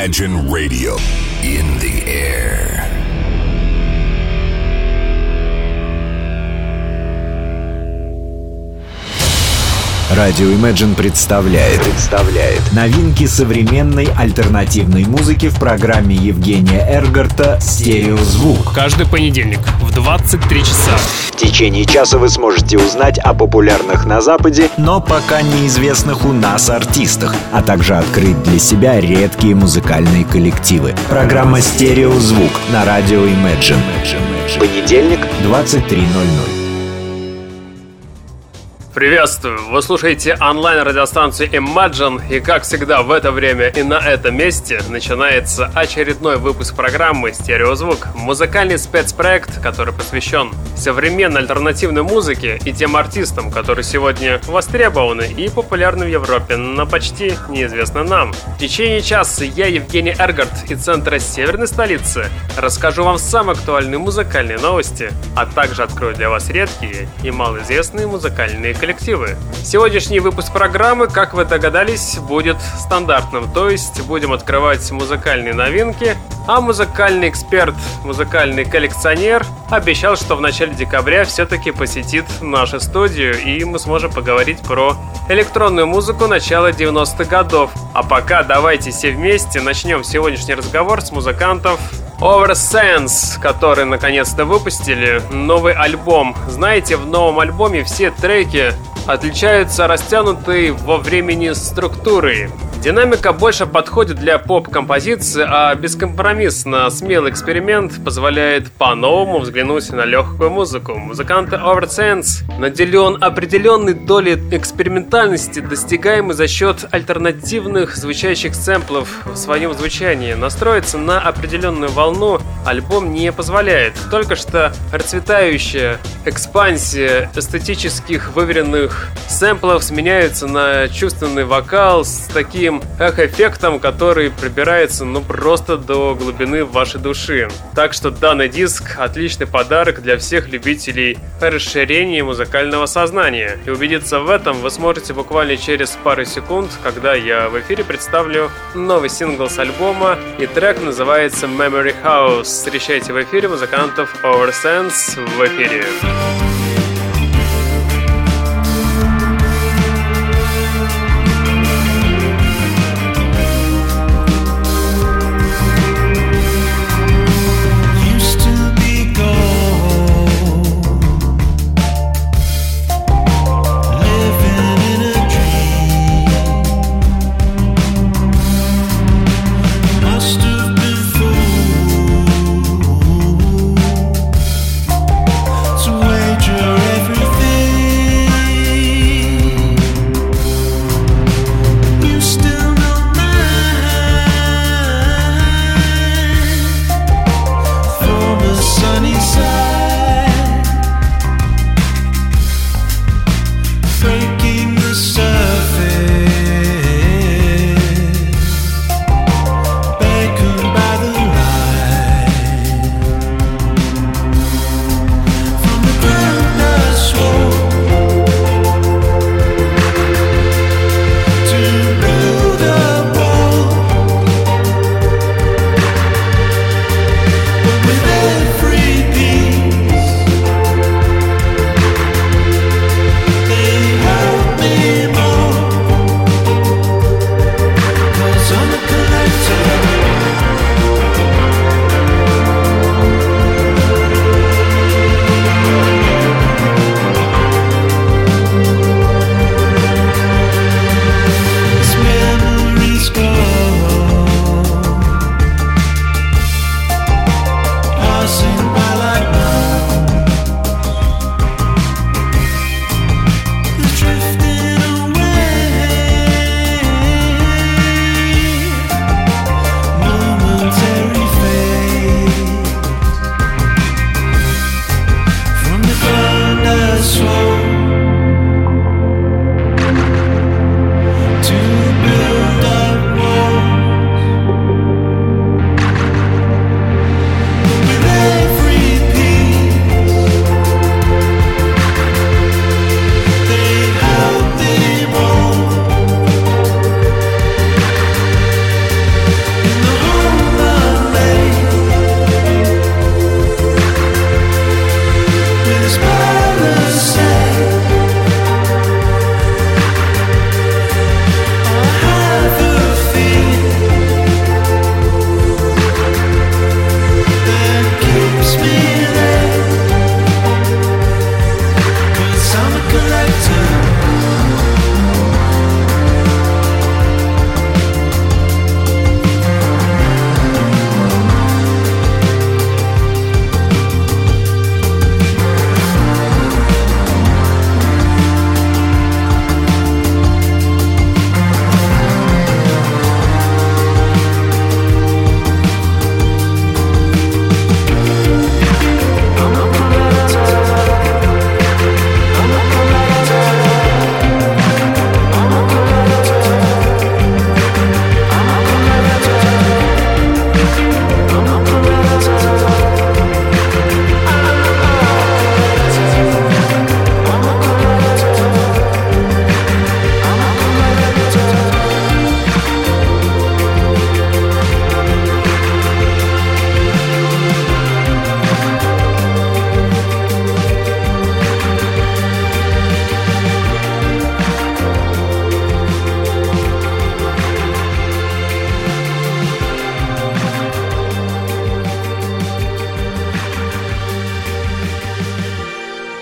Imagine Radio in the air. Радио Imagine представляет новинки современной альтернативной музыки в программе Евгения Эргарта «Стереозвук». Каждый понедельник в 23 часа. В течение часа вы сможете узнать о популярных на Западе, но пока неизвестных у нас артистах, а также открыть для себя редкие музыкальные коллективы. Программа «Стереозвук» на радио Imagine. Понедельник, 23:00. Приветствую! Вы слушаете онлайн-радиостанцию Imagine, и как всегда в это время и на этом месте начинается очередной выпуск программы «Стереозвук». Музыкальный спецпроект, который посвящен современной альтернативной музыке и тем артистам, которые сегодня востребованы и популярны в Европе, но почти неизвестны нам. В течение часа я, Евгений Эргарт, из центра северной столицы, расскажу вам самые актуальные музыкальные новости, а также открою для вас редкие и малоизвестные музыкальные коллективы. Сегодняшний выпуск программы, как вы догадались, будет стандартным, то есть будем открывать музыкальные новинки, а музыкальный эксперт, музыкальный коллекционер обещал, что в начале декабря все-таки посетит нашу студию, и мы сможем поговорить про электронную музыку начала 90-х годов. А пока давайте все вместе начнем сегодняшний разговор с музыкантов Oversense, которые наконец-то выпустили новый альбом. Знаете, в новом альбоме все треки отличаются растянутой во времени структурой. Динамика больше подходит для поп-композиции, а бескомпромиссно смелый эксперимент позволяет по-новому взглянуть на легкую музыку. Музыканты Oversense наделен определенной долей экспериментальности, достигаемой за счет альтернативных звучащих сэмплов в своем звучании. Настроиться на определенную волну альбом не позволяет. Только что расцветающая экспансия эстетических выверенных сэмплов сменяется на чувственный вокал с таким эхо-эффектом, который пробирается просто до глубины вашей души. Так что данный диск — отличный подарок для всех любителей расширения музыкального сознания. И убедиться в этом вы сможете буквально через пару секунд, когда я в эфире представлю новый сингл с альбома, и трек называется Memory House. Встречайте в эфире музыкантов Oversense в эфире. Wager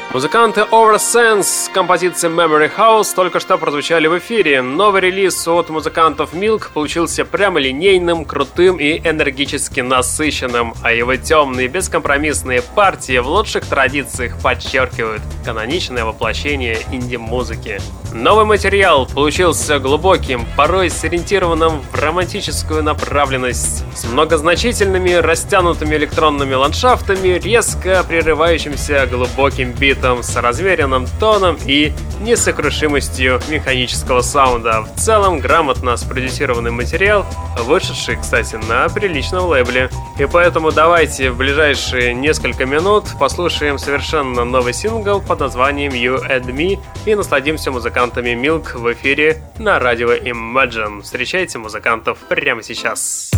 Музыканты Oversense с композицией Memory House только что прозвучали в эфире. Новый релиз от музыкантов Milk получился прямолинейным, крутым и энергически насыщенным, а его темные бескомпромиссные партии в лучших традициях подчеркивают каноничное воплощение инди-музыки. Новый материал получился глубоким, порой сориентированным в романтическую направленность, с многозначительными растянутыми электронными ландшафтами, резко прерывающимся глубоким битом, с размеренным тоном и несокрушимостью механического саунда. В целом грамотно спродюсированный материал, вышедший, кстати, на приличном лейбле. И поэтому давайте в ближайшие несколько минут послушаем совершенно новый сингл под названием You and Me и насладимся музыкантами Milk в эфире на радио Imagine. Встречайте музыкантов прямо сейчас.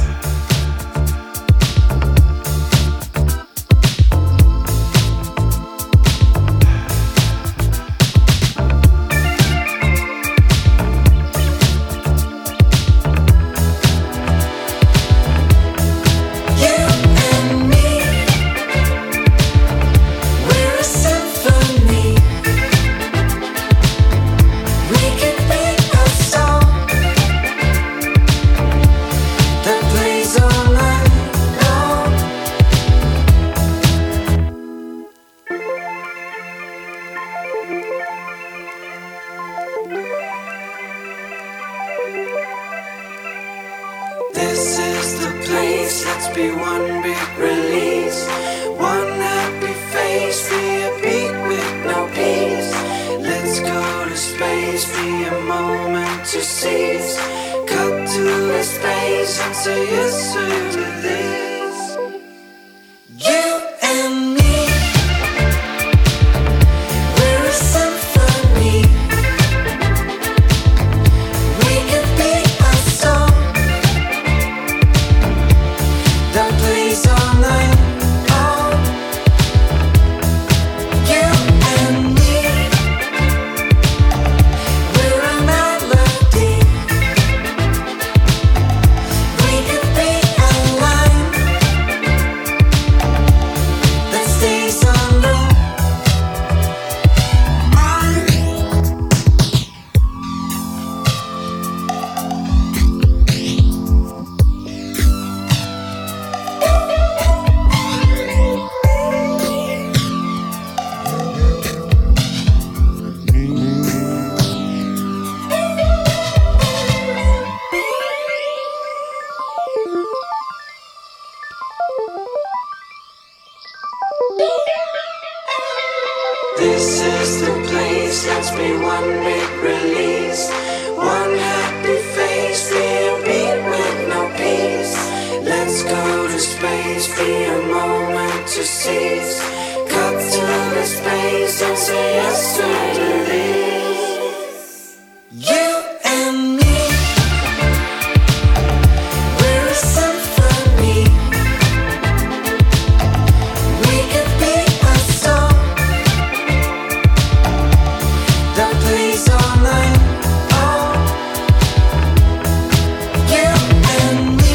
This is the place, let's be one big release. One happy face, be a beat with no peace. Let's go to space, be a moment to seize. Cut to the space and say yes to this. You and me, we're a symphony. We could be a song that plays all night long. You and me,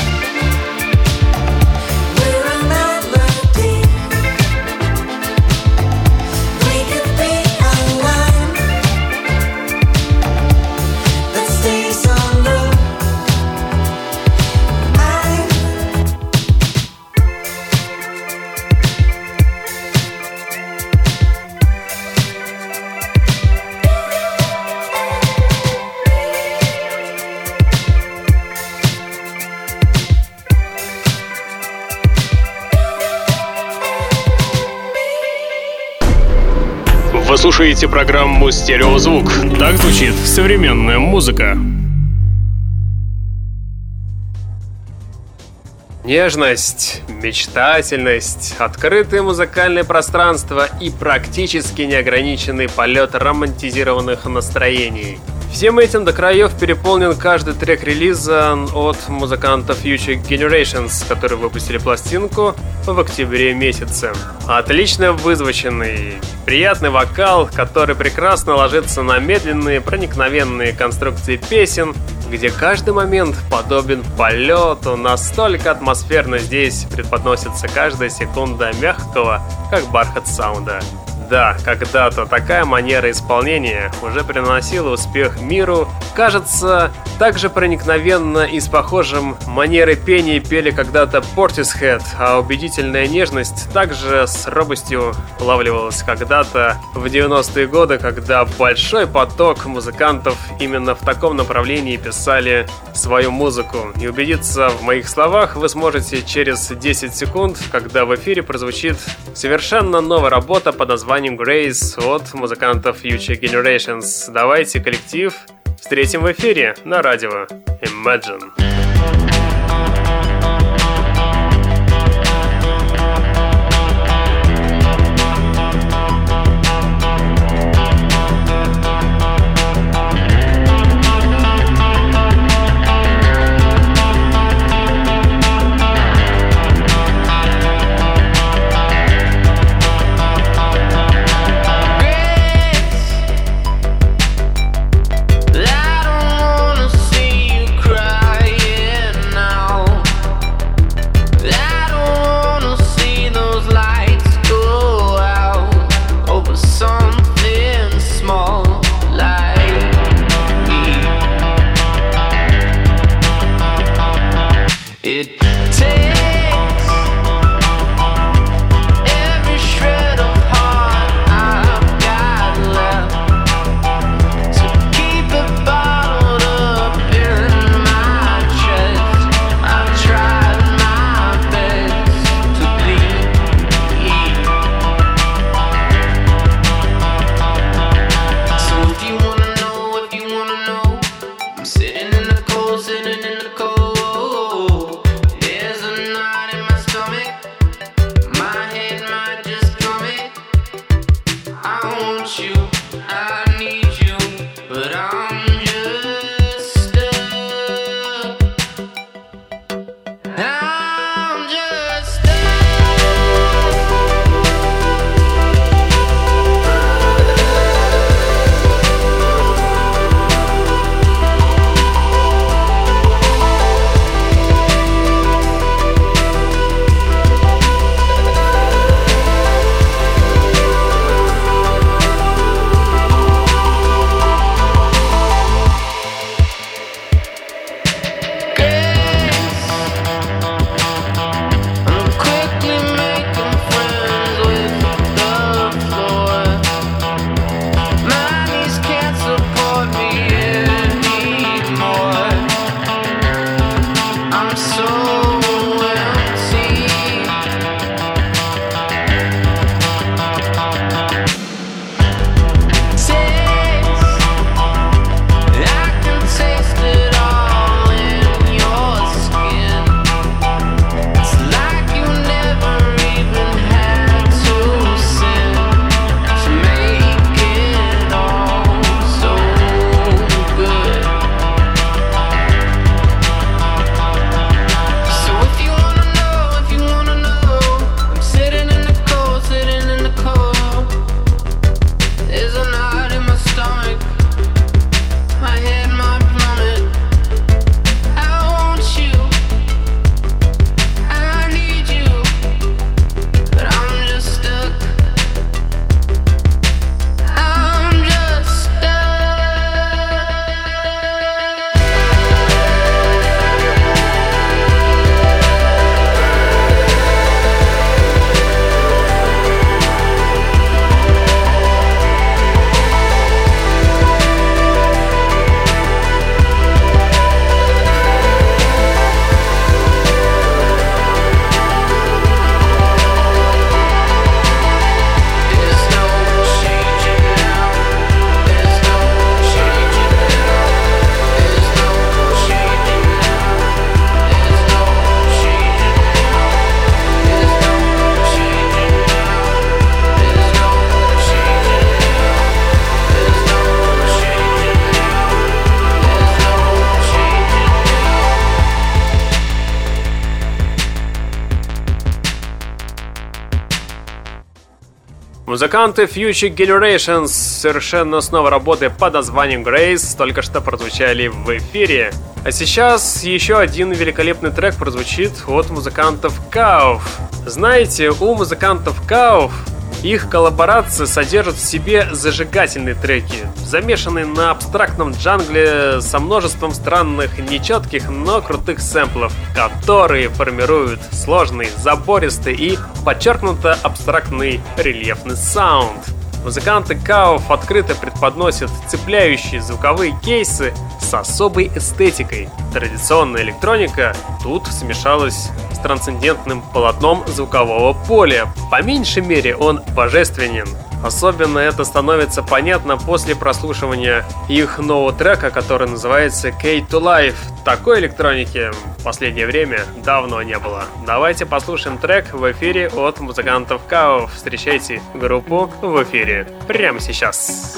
we're a melody. We could be a line that stays on the mind. Вы слушаете программу «Стереозвук». Так звучит современная музыка. Нежность, мечтательность, открытое музыкальное пространство и практически неограниченный полет романтизированных настроений. Всем этим до краев переполнен каждый трек релиза от музыкантов Future Generations, которые выпустили пластинку в октябре месяце. Отлично вызвученный, приятный вокал, который прекрасно ложится на медленные, проникновенные конструкции песен, где каждый момент подобен полету, настолько атмосферно здесь преподносится каждая секунда мягкого, как бархат саунда. Да, когда-то такая манера исполнения уже приносила успех миру. Кажется, также проникновенно и с похожим манерой пения пели когда-то Portishead, а убедительная нежность также с робостью улавливалась когда-то в 90-е годы, когда большой поток музыкантов именно в таком направлении писали свою музыку. И убедиться в моих словах вы сможете через 10 секунд, когда в эфире прозвучит совершенно новая работа под названием Grace от музыкантов Future Generations. Давайте, коллектив, встретим в эфире на радио Imagine. Музыканты Future Generations совершенно снова работают под названием Grace только что прозвучали в эфире. А сейчас еще один великолепный трек прозвучит от музыкантов Kauff. Знаете, у музыкантов Kauff Их коллаборации содержат в себе зажигательные треки, замешанные на абстрактном джангле со множеством странных, нечетких, но крутых сэмплов, которые формируют сложный, забористый и подчеркнуто абстрактный рельефный саунд. Музыканты Kauv открыто преподносят цепляющие звуковые кейсы с особой эстетикой. Традиционная электроника тут смешалась с трансцендентным полотном звукового поля. По меньшей мере он божественен. Особенно это становится понятно после прослушивания их нового трека, который называется Key to Life. Такой электроники в последнее время давно не было. Давайте послушаем трек в эфире от музыкантов Kauv. Встречайте группу в эфире прямо сейчас.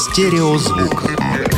Стереозвук.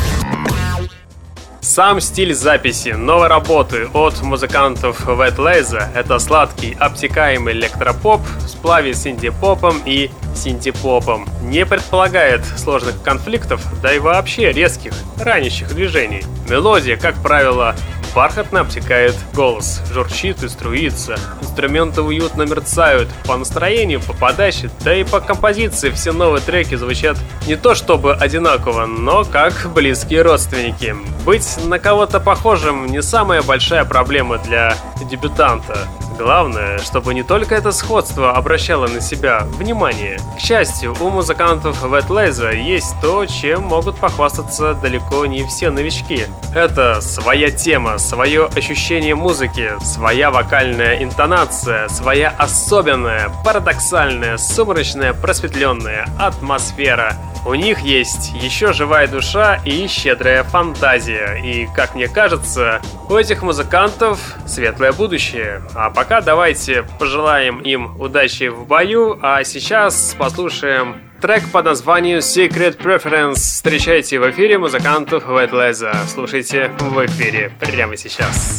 Сам стиль записи новой работы от музыкантов Wet Laser — это сладкий, обтекаемый электропоп в сплаве с инди-попом и синти-попом. Не предполагает сложных конфликтов, да и вообще резких, ранящих движений. Мелодия, как правило, бархатно обтекает голос, журчит и струится. Инструменты уютно мерцают, по настроению, по подаче, да и по композиции все новые треки звучат не то чтобы одинаково, но как близкие родственники. Быть на кого-то похожим не самая большая проблема для дебютанта. Главное, чтобы не только это сходство обращало на себя внимание. К счастью, у музыкантов Wet Laser есть то, чем могут похвастаться далеко не все новички. Это своя тема, свое ощущение музыки, своя вокальная интонация, своя особенная, парадоксальная, сумрачная, просветленная атмосфера. У них есть еще живая душа и щедрая фантазия. И, как мне кажется, у этих музыкантов светлое будущее. А пока давайте пожелаем им удачи в бою. А сейчас послушаем трек под названием Secret Preference. Встречайте в эфире музыкантов Wet Laser. Слушайте в эфире прямо сейчас.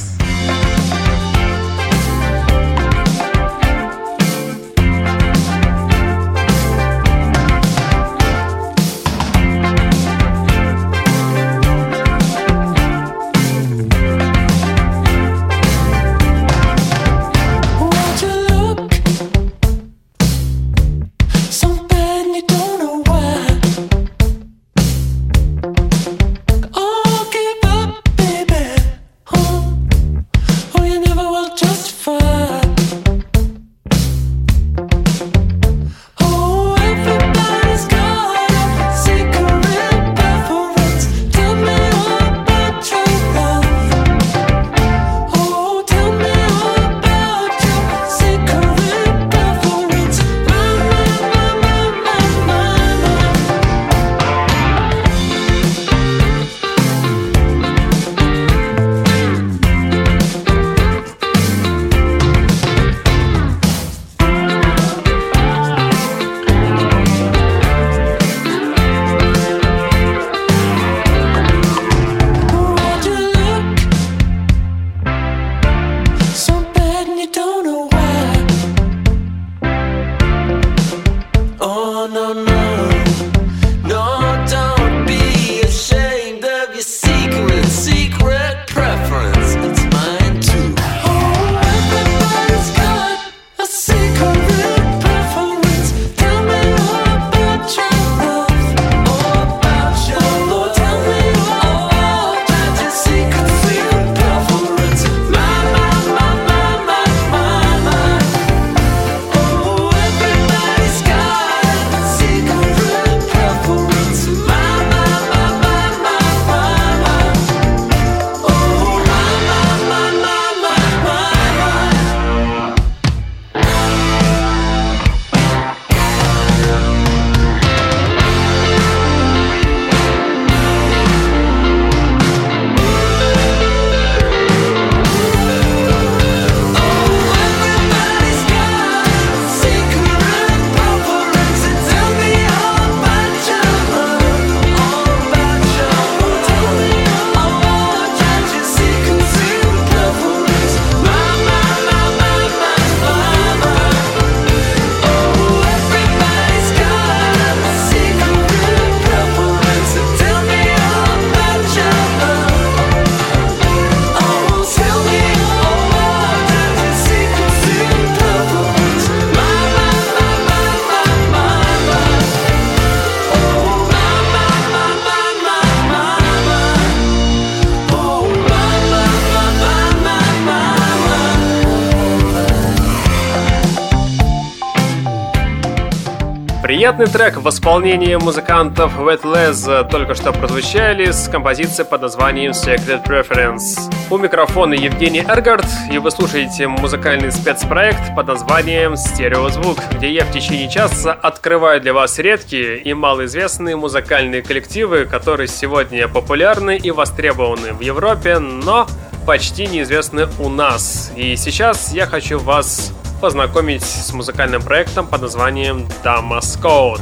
Приятный трек в исполнении музыкантов Wet Laser только что прозвучали с композицией под названием Secret Preference. У микрофона Евгений Эргард, и вы слушаете музыкальный спецпроект под названием «Стереозвук», где я в течение часа открываю для вас редкие и малоизвестные музыкальные коллективы, которые сегодня популярны и востребованы в Европе, но почти неизвестны у нас. И сейчас я хочу вас познакомить с музыкальным проектом под названием Damas Code.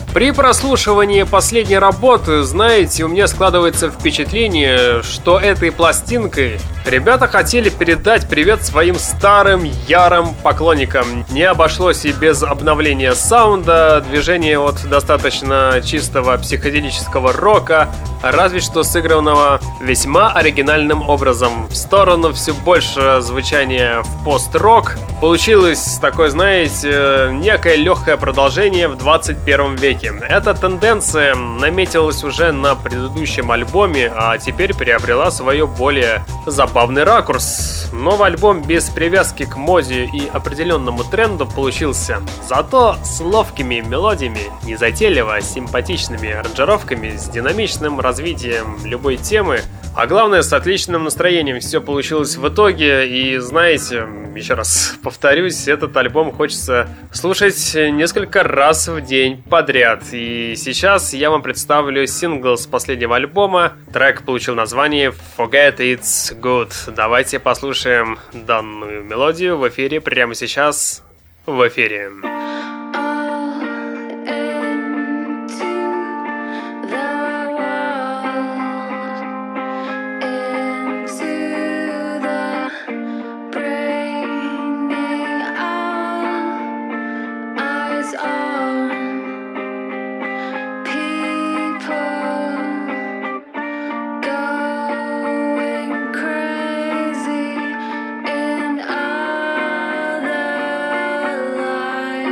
При прослушивании последней работы, знаете, у меня складывается впечатление, что этой пластинкой ребята хотели передать привет своим старым ярым поклонникам. Не обошлось и без обновления саунда, движения от достаточно чистого психоделического рока, разве что сыгранного весьма оригинальным образом, в сторону все больше звучания в пост-рок. Получилось такое, знаете, некое легкое продолжение в 21 веке. Эта тенденция наметилась уже на предыдущем альбоме, а теперь приобрела свое более забавный ракурс. Новый альбом без привязки к моде и определенному тренду получился, зато с ловкими мелодиями, незатейливо симпатичными аранжировками, с динамичным развитием любой темы, а главное, с отличным настроением все получилось в итоге. И знаете, еще раз повторюсь, этот альбом хочется слушать несколько раз в день подряд. И сейчас я вам представлю сингл с последнего альбома. Трек получил название Forget It's Good. Давайте послушаем данную мелодию в эфире прямо сейчас. В эфире. Crazy in other lives.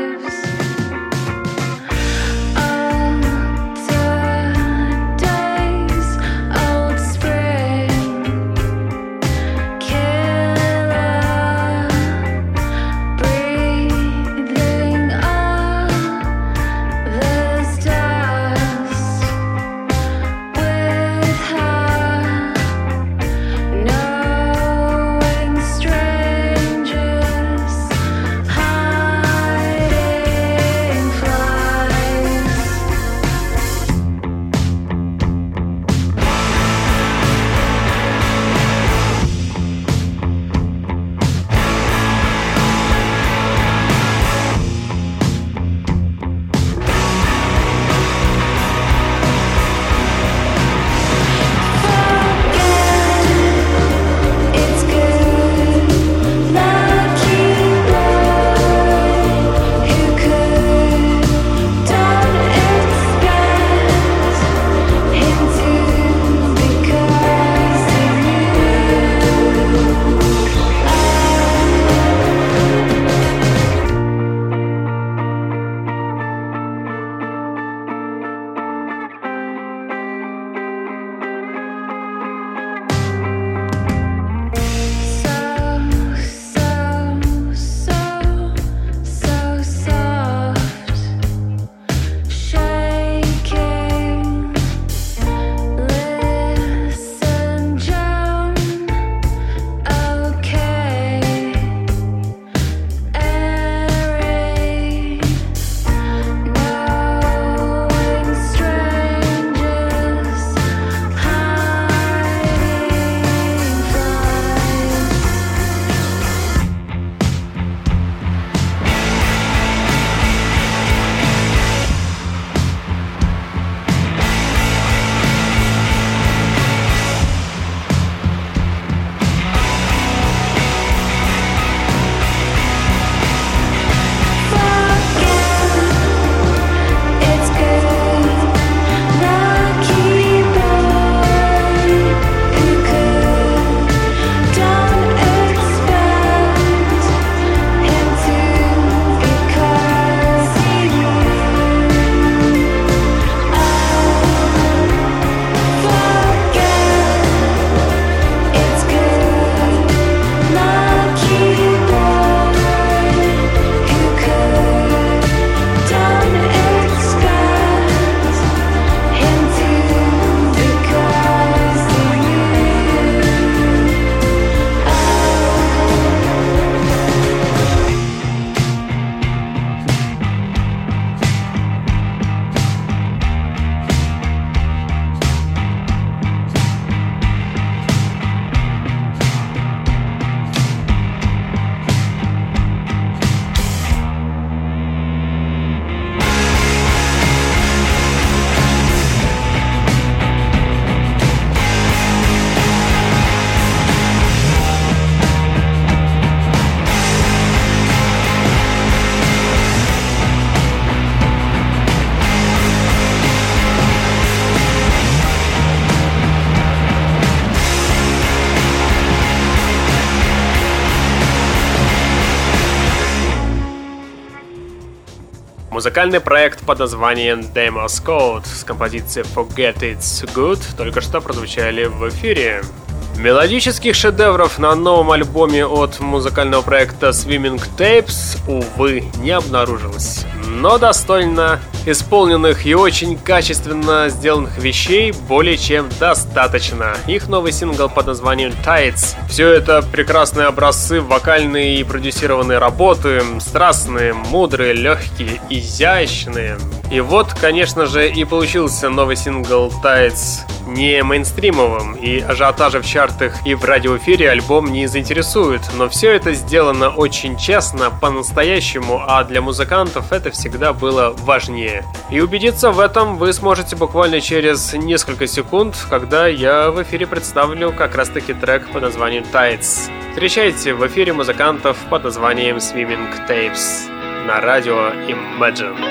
Музыкальный проект под названием Demos Code с композицией Forget It's Good только что прозвучали в эфире. Мелодических шедевров на новом альбоме от музыкального проекта Swimming Tapes, увы, не обнаружилось. Но достойно исполненных и очень качественно сделанных вещей более чем достаточно. Их новый сингл под названием Tides. Все это прекрасные образцы вокальные и продюсированные работы, страстные, мудрые, легкие, изящные. И вот, конечно же, и получился новый сингл Tides не мейнстримовым, и ажиотажа в чартах и в радиоэфире альбом не заинтересует, но все это сделано очень честно, по-настоящему, а для музыкантов это всегда было важнее. И убедиться в этом вы сможете буквально через несколько секунд, когда я в эфире представлю как раз таки трек под названием Tides. Встречайте в эфире музыкантов под названием Swimming Tapes на радио Imagine.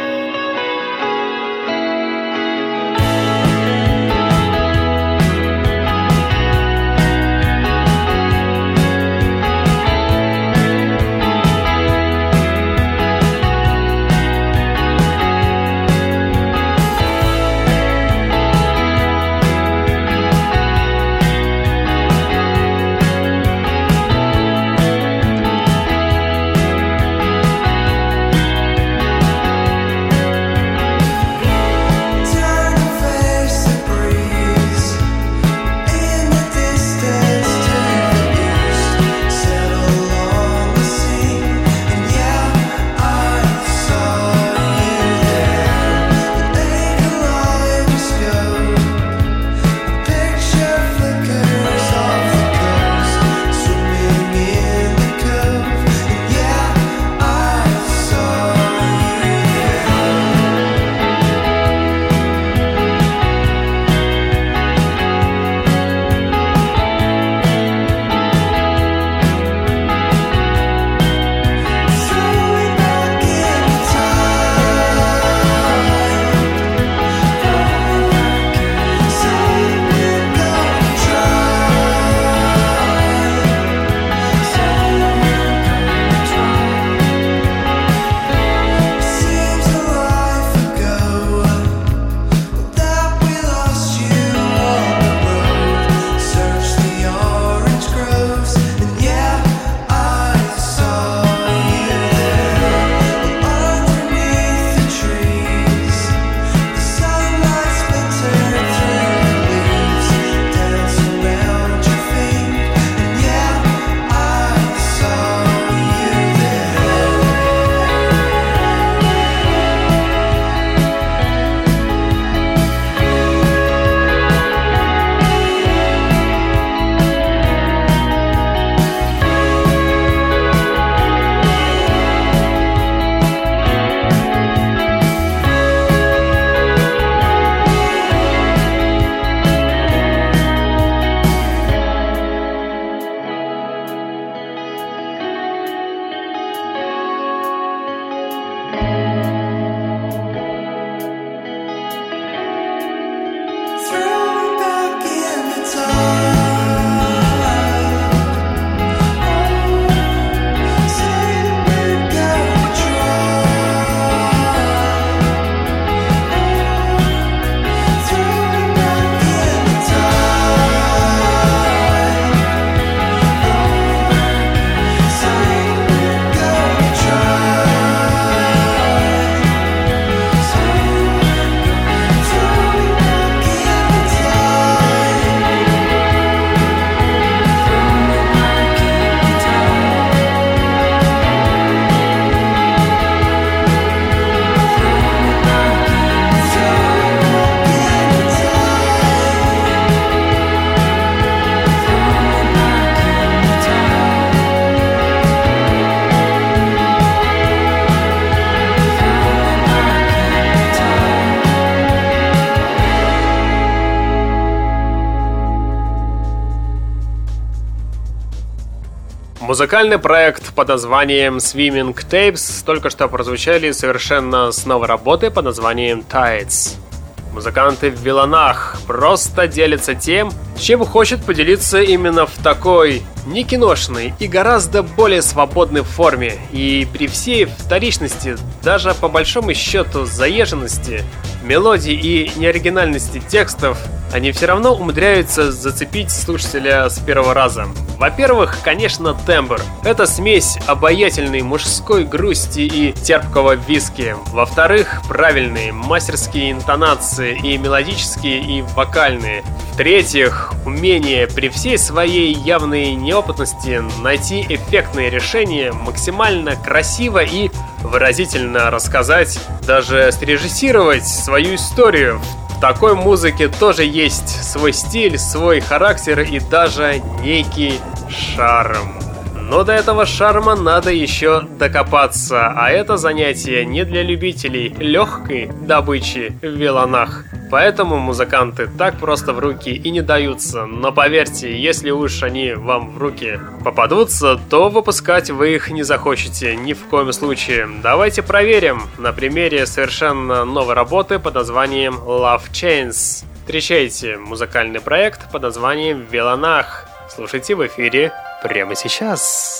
Музыкальный проект под названием Swimming Tapes только что прозвучали совершенно с новой работы под названием Tides. Музыканты в Виланах просто делятся тем, чем хочет поделиться именно в такой не киношной и гораздо более свободной форме. И при всей вторичности, даже по большому счету заезженности, мелодий и неоригинальности текстов, они все равно умудряются зацепить слушателя с первого раза. Во-первых, конечно, тембр. Это смесь обаятельной мужской грусти и терпкого виски. Во-вторых, правильные мастерские интонации, и мелодические, и вокальные. В-третьих, умение при всей своей явной неопытности найти эффектные решения, максимально красиво и выразительно рассказать, даже срежиссировать свою историю. В такой музыке тоже есть свой стиль, свой характер и даже некий шарм. Но до этого шарма надо еще докопаться, а это занятие не для любителей легкой добычи в виланах. Поэтому музыканты так просто в руки и не даются. Но поверьте, если уж они вам в руки попадутся, то выпускать вы их не захочете ни в коем случае. Давайте проверим на примере совершенно новой работы под названием Love Chains. Встречайте музыкальный проект под названием «Виланах». Слушайте в эфире прямо сейчас.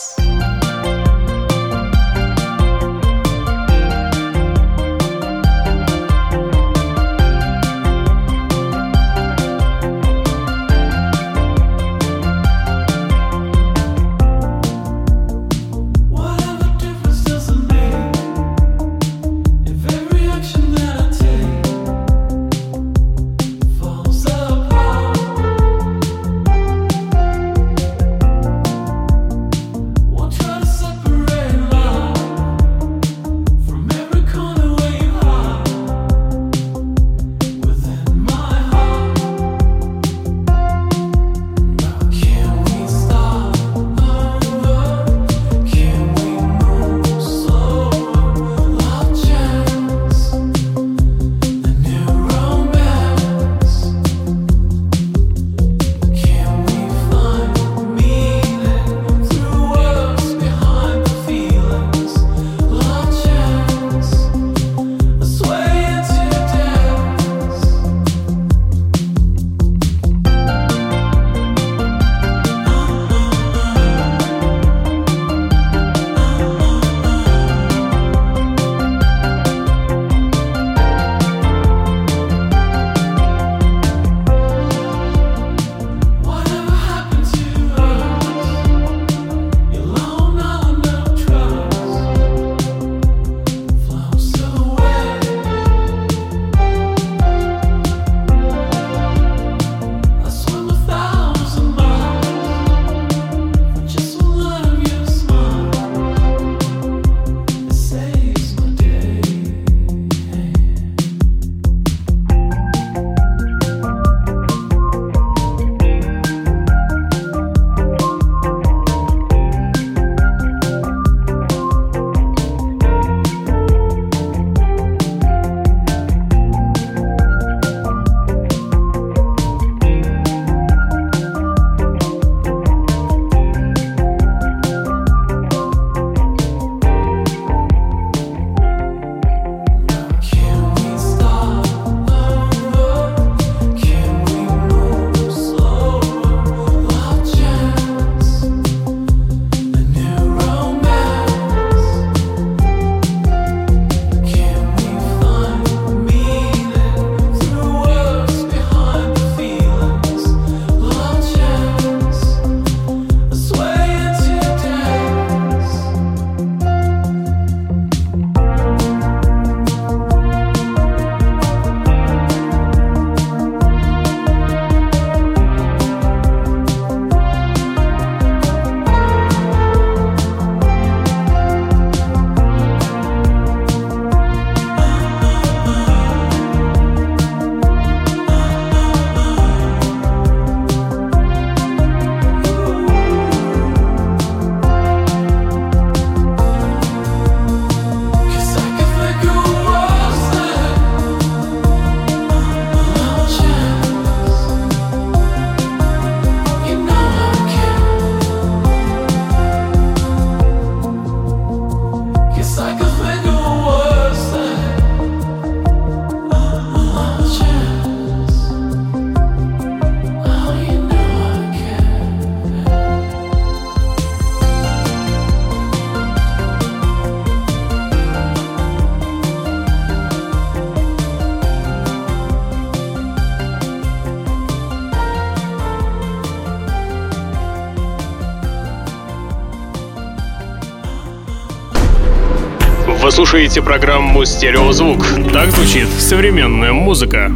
Вы слушаете программу «Стереозвук». Так звучит современная музыка.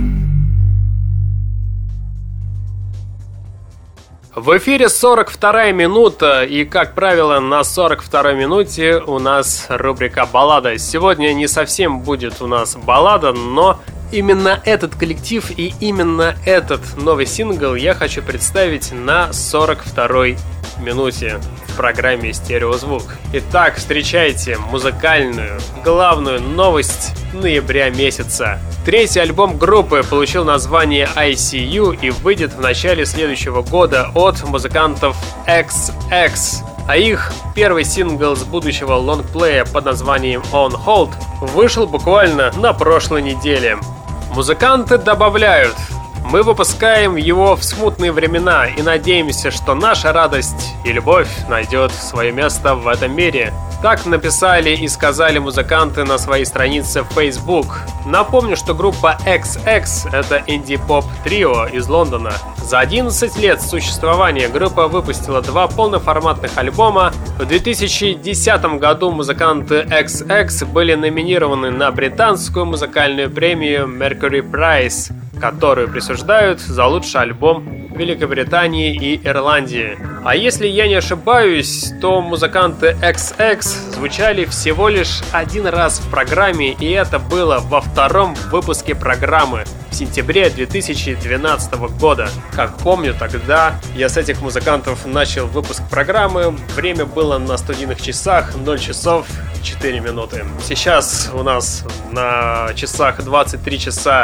В эфире 42-я минута, и, как правило, на 42-й минуте у нас рубрика «Баллада». Сегодня не совсем будет у нас баллада, но именно этот коллектив и именно этот новый сингл я хочу представить на 42-й минуте в программе «Стереозвук». Итак, встречайте музыкальную, главную новость ноября месяца. Третий альбом группы получил название ICU и выйдет в начале следующего года от музыкантов XX. А их первый сингл с будущего лонгплея под названием On Hold вышел буквально на прошлой неделе. Музыканты добавляют: мы выпускаем его в смутные времена и надеемся, что наша радость и любовь найдет свое место в этом мире. Так написали и сказали музыканты на своей странице в Facebook. Напомню, что группа XX — это инди-поп-трио из Лондона. За 11 лет существования группа выпустила 2 полноформатных альбома. В 2010 году музыканты XX были номинированы на британскую музыкальную премию Mercury Prize, которую присуждают за лучший альбом Великобритании и Ирландии. А если я не ошибаюсь, то музыканты XX звучали всего лишь один раз в программе, и это было во 2-м выпуске программы в сентябре 2012 года. Как помню, тогда я с этих музыкантов начал выпуск программы. Время было на студийных часах 0 часов 4 минуты. Сейчас у нас на часах 23 часа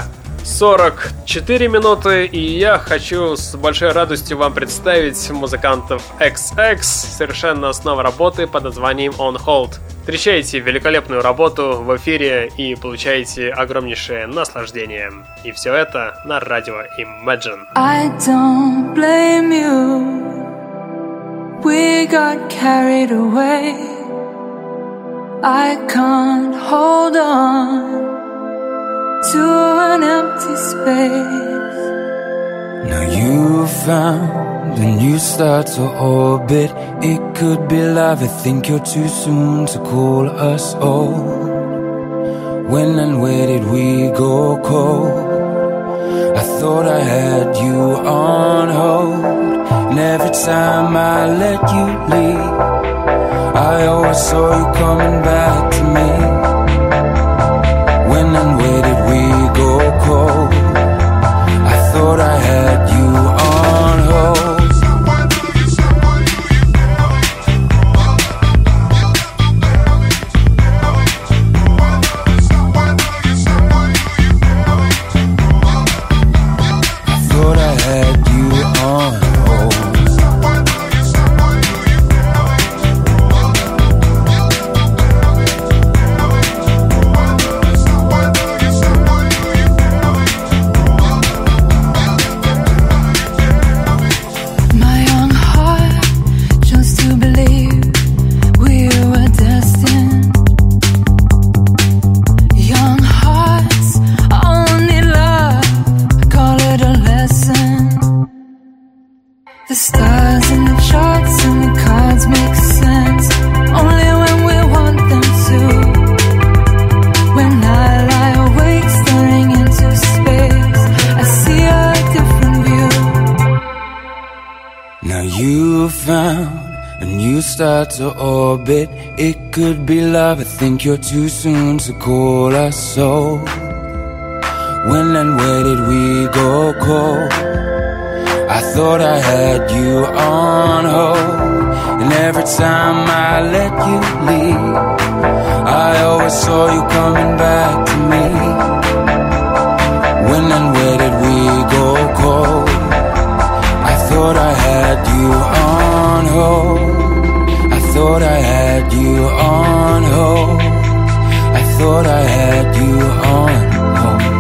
44 минуты, и я хочу с большой радостью вам представить музыкантов XX совершенно с новой работы под названием On Hold. Встречайте великолепную работу в эфире и получайте огромнейшее наслаждение. И все это на радио Imagine. I don't blame you. We got carried away. I can't hold on to an empty space. Now you found a new star to orbit. It could be love. I think you're too soon to call us old. When and where did we go cold? I thought I had you on hold, and every time I let you leave, I always saw you coming back to me. When and where did we go cold? I thought I had you on hold. I thought I had you on hold. Start to orbit. It could be love. I think you're too soon to call us so. When and where did we go cold? I thought I had you on hold, and every time I let you leave, I always saw you coming back to me. When and where did we go cold? I thought I had you on hold. I thought I had you on hold. I thought I had you on hold.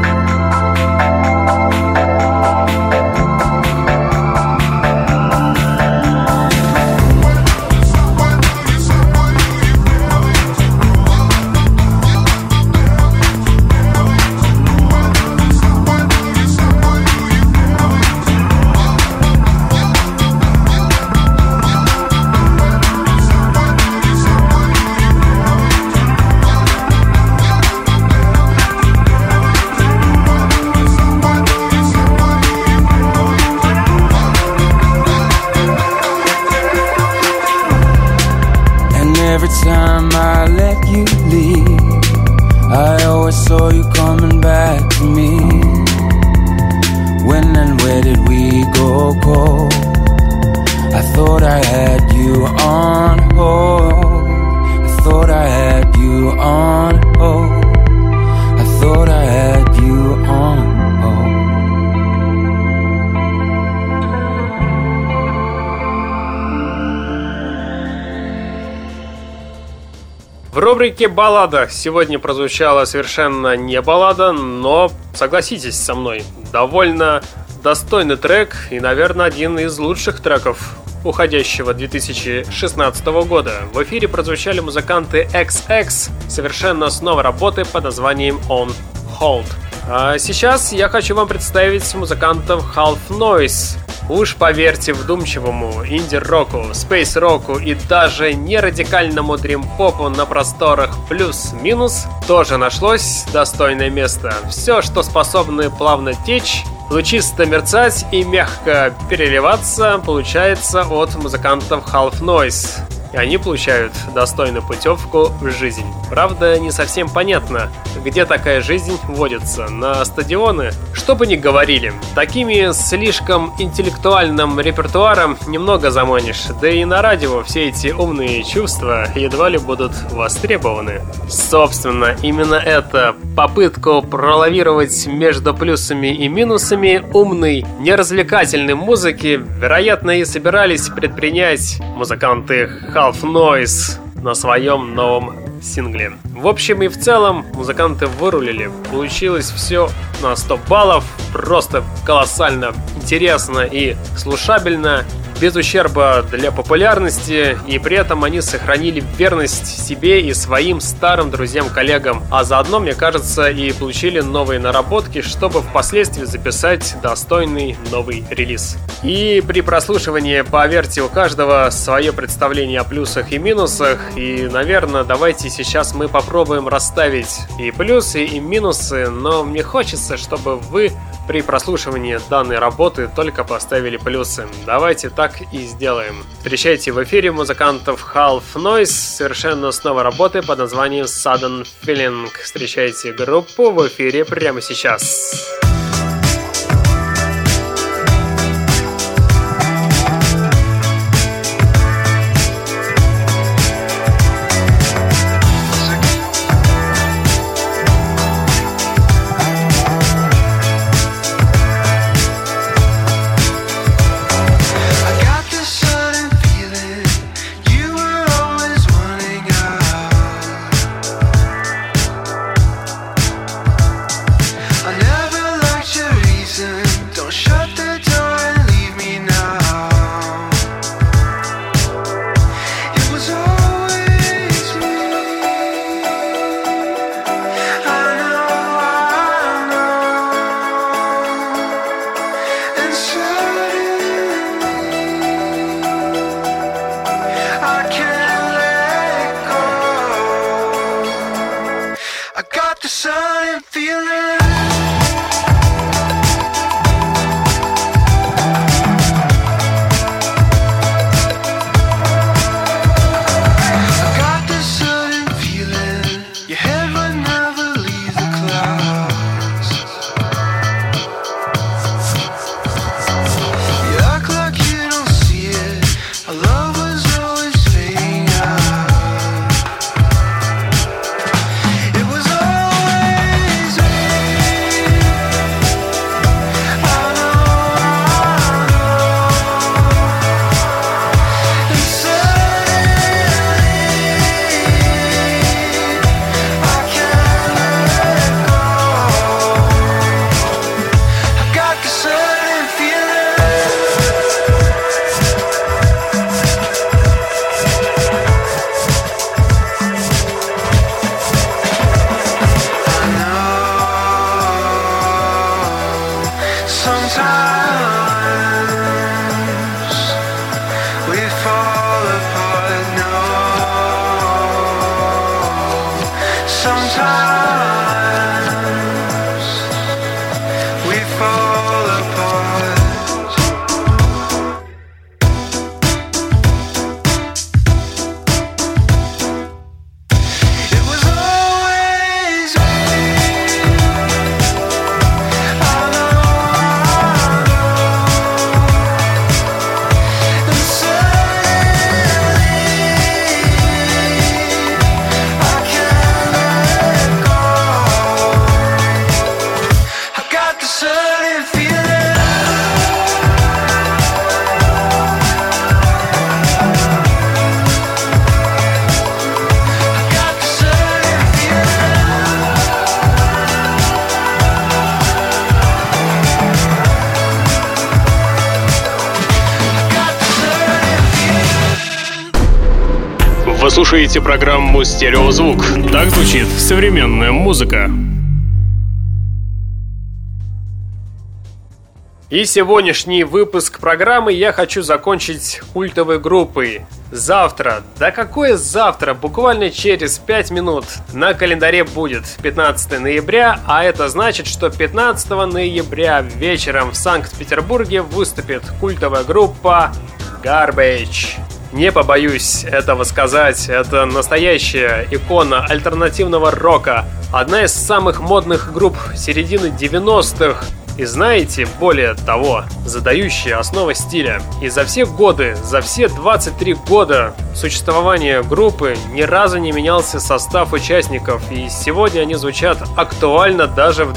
saw you coming back to me. When and where did we go cold? I thought I had you on hold. I thought I had you on hold. I thought I had you on hold. В рубрике «Баллада» сегодня прозвучала совершенно не баллада, но, согласитесь со мной, довольно достойный трек и, наверное, один из лучших треков уходящего 2016 года. В эфире прозвучали музыканты XX совершенно с новой работы под названием On Hold. А сейчас я хочу вам представить музыкантов Half Noise. Уж поверьте вдумчивому инди-року, спейс-року и даже не радикальному дрим-попу на просторах плюс-минус тоже нашлось достойное место. Все, что способны плавно течь, лучисто мерцать и мягко переливаться, получается от музыкантов Half Noise. И они получают достойную путевку в жизнь. Правда, не совсем понятно, где такая жизнь водится. На стадионы? Что бы ни говорили, такими слишком интеллектуальным репертуаром немного заманишь. Да и на радио все эти умные чувства едва ли будут востребованы. Собственно, именно эта попытку пролавировать между плюсами и минусами умной, неразвлекательной музыки, вероятно, и собирались предпринять музыканты Half Noise на своем новом сингле. В общем и в целом музыканты вырулили. Получилось все на 100 баллов. Просто колоссально интересно и слушабельно, без ущерба для популярности, и при этом они сохранили верность себе и своим старым друзьям-коллегам, а заодно, мне кажется, и получили новые наработки, чтобы впоследствии записать достойный новый релиз. И при прослушивании, поверьте, у каждого свое представление о плюсах и минусах, и, наверное, давайте сейчас мы попробуем расставить и плюсы, и минусы, но мне хочется, чтобы вы при прослушивании данной работы только поставили плюсы. Давайте так и сделаем. Встречайте в эфире музыкантов Half Noise совершенно с новой работой под названием Sudden Feeling. Встречайте группу в эфире прямо сейчас. Вы слушаете программу «Стереозвук». Так звучит современная музыка. И сегодняшний выпуск программы я хочу закончить культовой группой. Завтра, да какое завтра, буквально через 5 минут на календаре будет 15 ноября, а это значит, что 15 ноября вечером в Санкт-Петербурге выступит культовая группа Garbage. Не побоюсь этого сказать, это настоящая икона альтернативного рока, одна из самых модных групп середины 90-х. И знаете, более того, задающая основы стиля. И за все годы, за все 23 года существования группы ни разу не менялся состав участников. И сегодня они звучат актуально даже в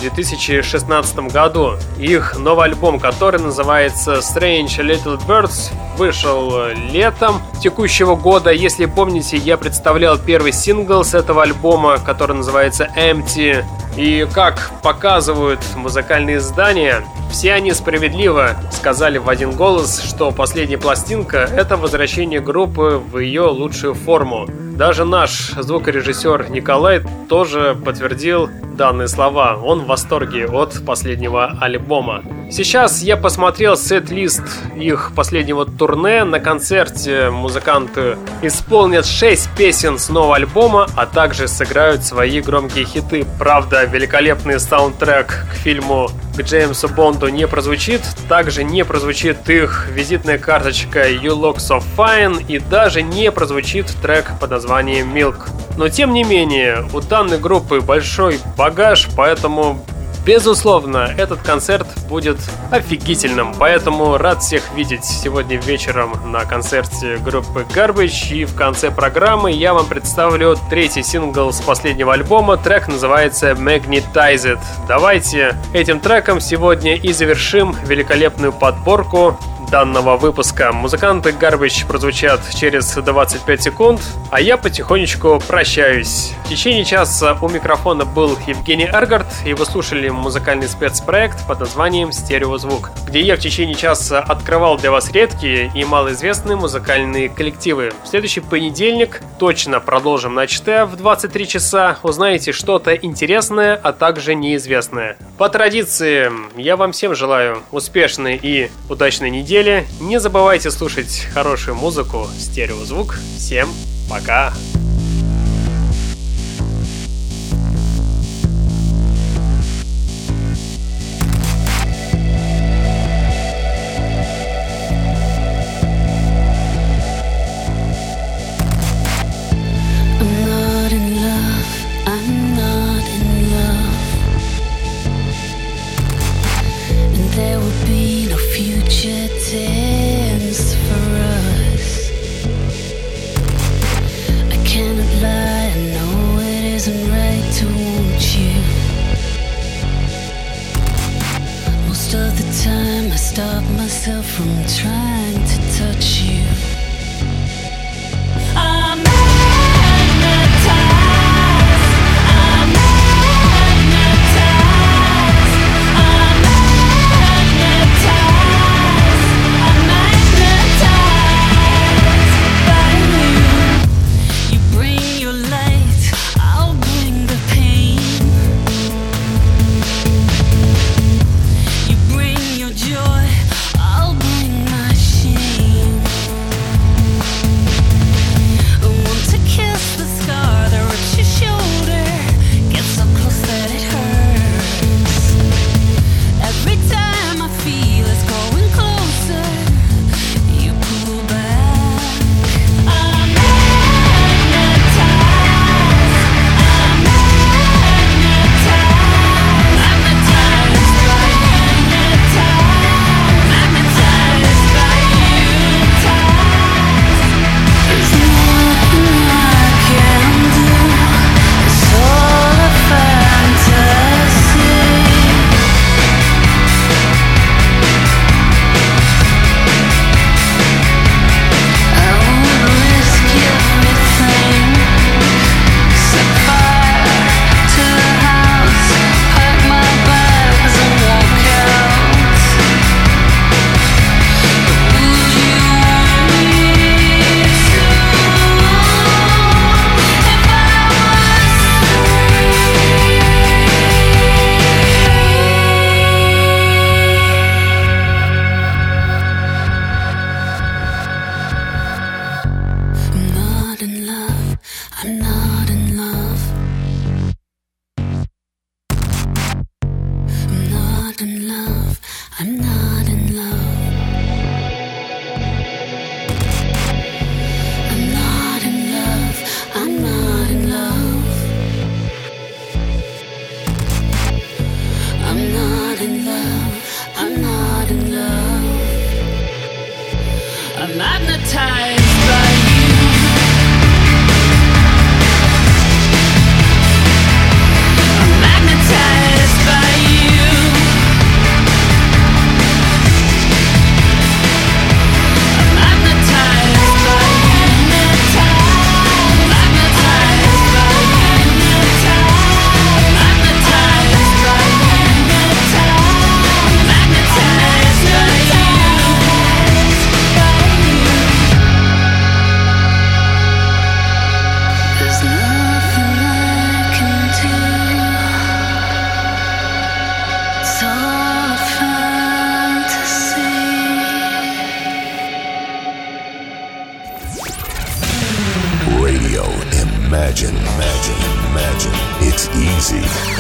2016 году. Их новый альбом, который называется Strange Little Birds, вышел летом текущего года. Если помните, я представлял первый сингл с этого альбома, который называется Empty. И как показывают музыкальные издания, все они справедливо сказали в один голос, что последняя пластинка — это возвращение группы в ее лучшую форму. Даже наш звукорежиссер Николай тоже подтвердил данные слова. Он в восторге от последнего альбома. Сейчас я посмотрел сет-лист их последнего турне. На концерте музыканты исполнят 6 песен с нового альбома, а также сыграют свои громкие хиты. Правда, великолепный саундтрек к фильму к Джеймсу Бонду не прозвучит. Также не прозвучит их визитная карточка You Look So Fine, и даже не прозвучит трек под названием Milk. Но тем не менее, у данной группы большой багаж, поэтому безусловно, этот концерт будет офигительным. Поэтому рад всех видеть сегодня вечером на концерте группы Garbage. И в конце программы я вам представлю третий сингл с последнего альбома. Трек называется Magnetized. Давайте этим треком сегодня и завершим великолепную подборку данного выпуска. Музыканты Garbage прозвучат через 25 секунд, а я потихонечку прощаюсь. В течение часа у микрофона был Евгений Эргард, и вы слушали музыкальный спецпроект под названием «Стереозвук», где я в течение часа открывал для вас редкие и малоизвестные музыкальные коллективы. В следующий понедельник точно продолжим начатое в 23 часа. Узнаете что-то интересное, а также неизвестное. По традиции, я вам всем желаю успешной и удачной недели. Не забывайте слушать хорошую музыку, стереозвук. Всем пока! Stop myself from trying to touch you. I'm magnetized. I'm magnetized. I'm magnetized. I'm magnetized by you. You bring your light, I'll bring the pain. You bring your joy, I'll bring my shame. Galaxy.